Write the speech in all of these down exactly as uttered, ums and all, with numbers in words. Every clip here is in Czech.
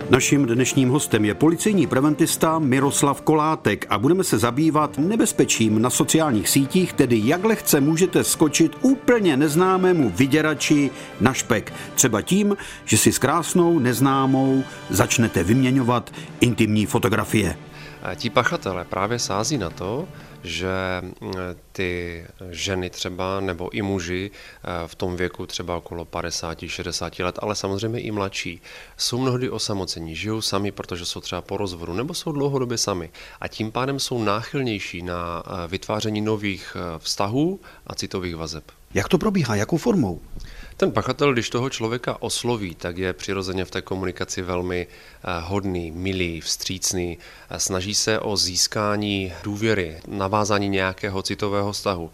Naším dnešním hostem je policejní preventista Miroslav Kolátek a budeme se zabývat nebezpečím na sociálních sítích, tedy jak lehce můžete skočit úplně neznámému vyděrači na špek. Třeba tím, že si s krásnou neznámou začnete vyměňovat intimní fotografie. Ti pachatelé právě sází na to, že ty ženy třeba, nebo i muži v tom věku třeba okolo padesát šedesát let, ale samozřejmě i mladší, jsou mnohdy osamocení, žijou sami, protože jsou třeba po rozvodu, nebo jsou dlouhodobě sami a tím pádem jsou náchylnější na vytváření nových vztahů a citových vazeb. Jak to probíhá? Jakou formou? Ten pachatel, když toho člověka osloví, tak je přirozeně v té komunikaci velmi hodný, milý, vstřícný. Snaží se o získání důvěry, navázání nějakého citového vztahu.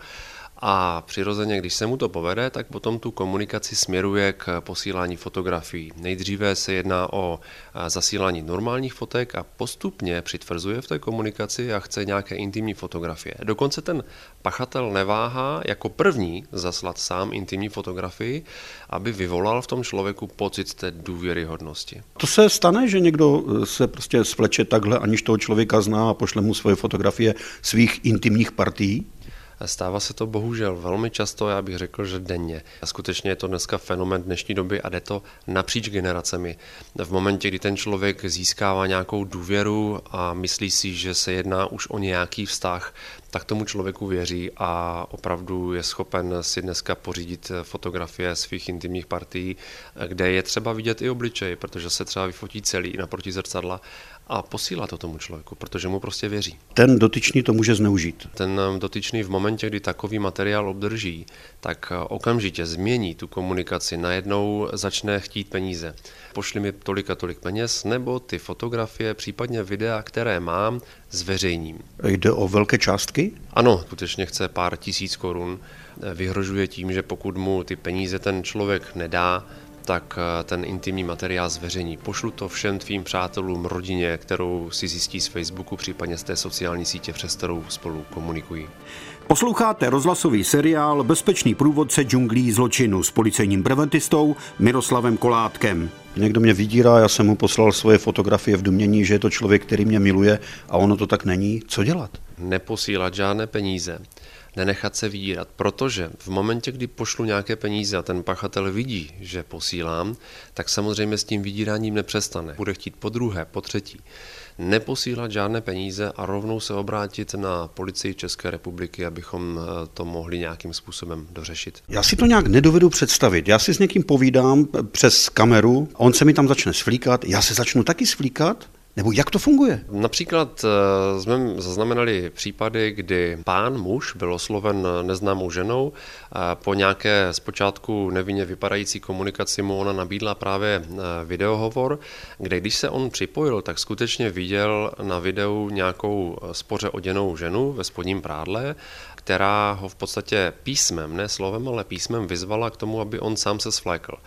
A přirozeně, když se mu to povede, tak potom tu komunikaci směruje k posílání fotografií. Nejdříve se jedná o zasílání normálních fotek a postupně přitvrzuje v té komunikaci a chce nějaké intimní fotografie. Dokonce ten pachatel neváhá jako první zaslat sám intimní fotografii, aby vyvolal v tom člověku pocit té důvěryhodnosti. To se stane, že někdo se prostě svleče takhle, aniž toho člověka zná a pošle mu svoje fotografie svých intimních partií? Stává se to bohužel velmi často, já bych řekl, že denně. A skutečně je to dneska fenomén dnešní doby a jde to napříč generacemi. V momentě, kdy ten člověk získává nějakou důvěru a myslí si, že se jedná už o nějaký vztah, tak tomu člověku věří a opravdu je schopen si dneska pořídit fotografie svých intimních partií, kde je třeba vidět i obličej, protože se třeba vyfotí celý naproti zrcadla a posílá to tomu člověku, protože mu prostě věří. Ten dotyčný to může zneužít. Ten dotyčný v momentě, kdy takový materiál obdrží, tak okamžitě změní tu komunikaci, najednou začne chtít peníze. Pošli mi tolik a tolik peněz, nebo ty fotografie, případně videa, které mám, zveřejním. Jde o velké částky? Ano, skutečně chce pár tisíc korun. Vyhrožuje tím, že pokud mu ty peníze ten člověk nedá, tak ten intimní materiál zveřejní. Pošlu to všem tvým přátelům, rodině, kterou si zjistí z Facebooku, případně z té sociální sítě, přes kterou spolu komunikují. Posloucháte rozhlasový seriál Bezpečný průvodce džunglí zločinu s policejním preventistou Miroslavem Kolátkem. Někdo mě vydírá, já jsem mu poslal svoje fotografie v domnění, že je to člověk, který mě miluje a ono to tak není. Co dělat? Neposílat žádné peníze. Nenechat se vydírat, protože v momentě, kdy pošlu nějaké peníze a ten pachatel vidí, že posílám, tak samozřejmě s tím vydíráním nepřestane. Bude chtít po druhé, po třetí. Neposílat žádné peníze a rovnou se obrátit na policii České republiky, abychom to mohli nějakým způsobem dořešit. Já si to nějak nedovedu představit. Já si s někým povídám přes kameru, on se mi tam začne svlíkat, já se začnu taky svlíkat? Nebo jak to funguje? Například jsme zaznamenali případy, kdy pán, muž, byl osloven neznámou ženou. Po nějaké zpočátku nevinně vypadající komunikaci mu ona nabídla právě videohovor, kde když se on připojil, tak skutečně viděl na videu nějakou spoře oděnou ženu ve spodním prádle, která ho v podstatě písmem, ne slovem, ale písmem vyzvala k tomu, aby on sám se svlékl.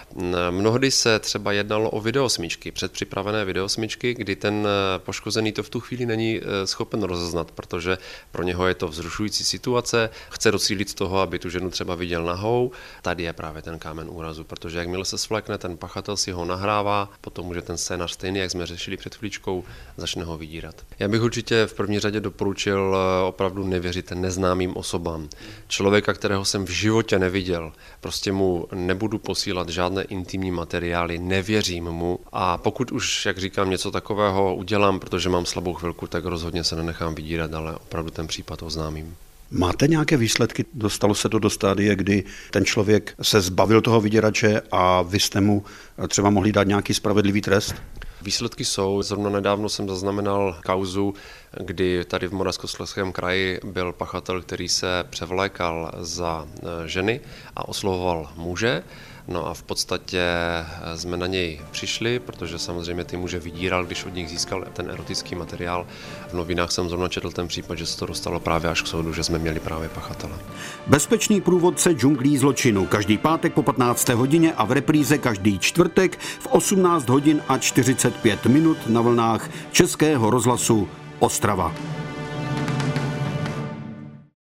Mnohdy se třeba jednalo o videosmyčky, předpřipravené videosmyčky, kdy ten poškozený to v tu chvíli není schopen rozeznat, protože pro něho je to vzrušující situace, chce docílit toho, aby tu ženu třeba viděl nahou. Tady je právě ten kámen úrazu, protože jakmile se svlékne, ten pachatel si ho nahrává, potom může ten scénář stejný, jak jsme řešili před chvíličkou, začne ho vydírat. Já bych určitě v první řadě doporučil opravdu nevěřit neznámým osobám. Člověka, kterého jsem v životě neviděl, prostě mu nebudu posílat žádné intimní materiály, nevěřím mu a pokud už, jak říkám, něco takového udělám, protože mám slabou chvilku, tak rozhodně se nenechám vydírat, ale opravdu ten případ oznámím. Máte nějaké výsledky? Dostalo se to do stádie, kdy ten člověk se zbavil toho vyděrače a vy jste mu třeba mohli dát nějaký spravedlivý trest? Výsledky jsou. Zrovna nedávno jsem zaznamenal kauzu, kdy tady v Moravskoslezském kraji byl pachatel, který se převlékal za ženy a oslovoval muže. No a v podstatě jsme na něj přišli, protože samozřejmě ty muže vydíral, když od nich získal ten erotický materiál. V novinách jsem zrovna četl ten případ, že se to dostalo právě až k soudu, že jsme měli právě pachatele. Bezpečný průvodce džunglí zločinu. Každý pátek po patnácté hodině a v repríze každý čtvrtek v osmnáct hodin a čtyřicet pět minut na vlnách Českého rozhlasu Ostrava.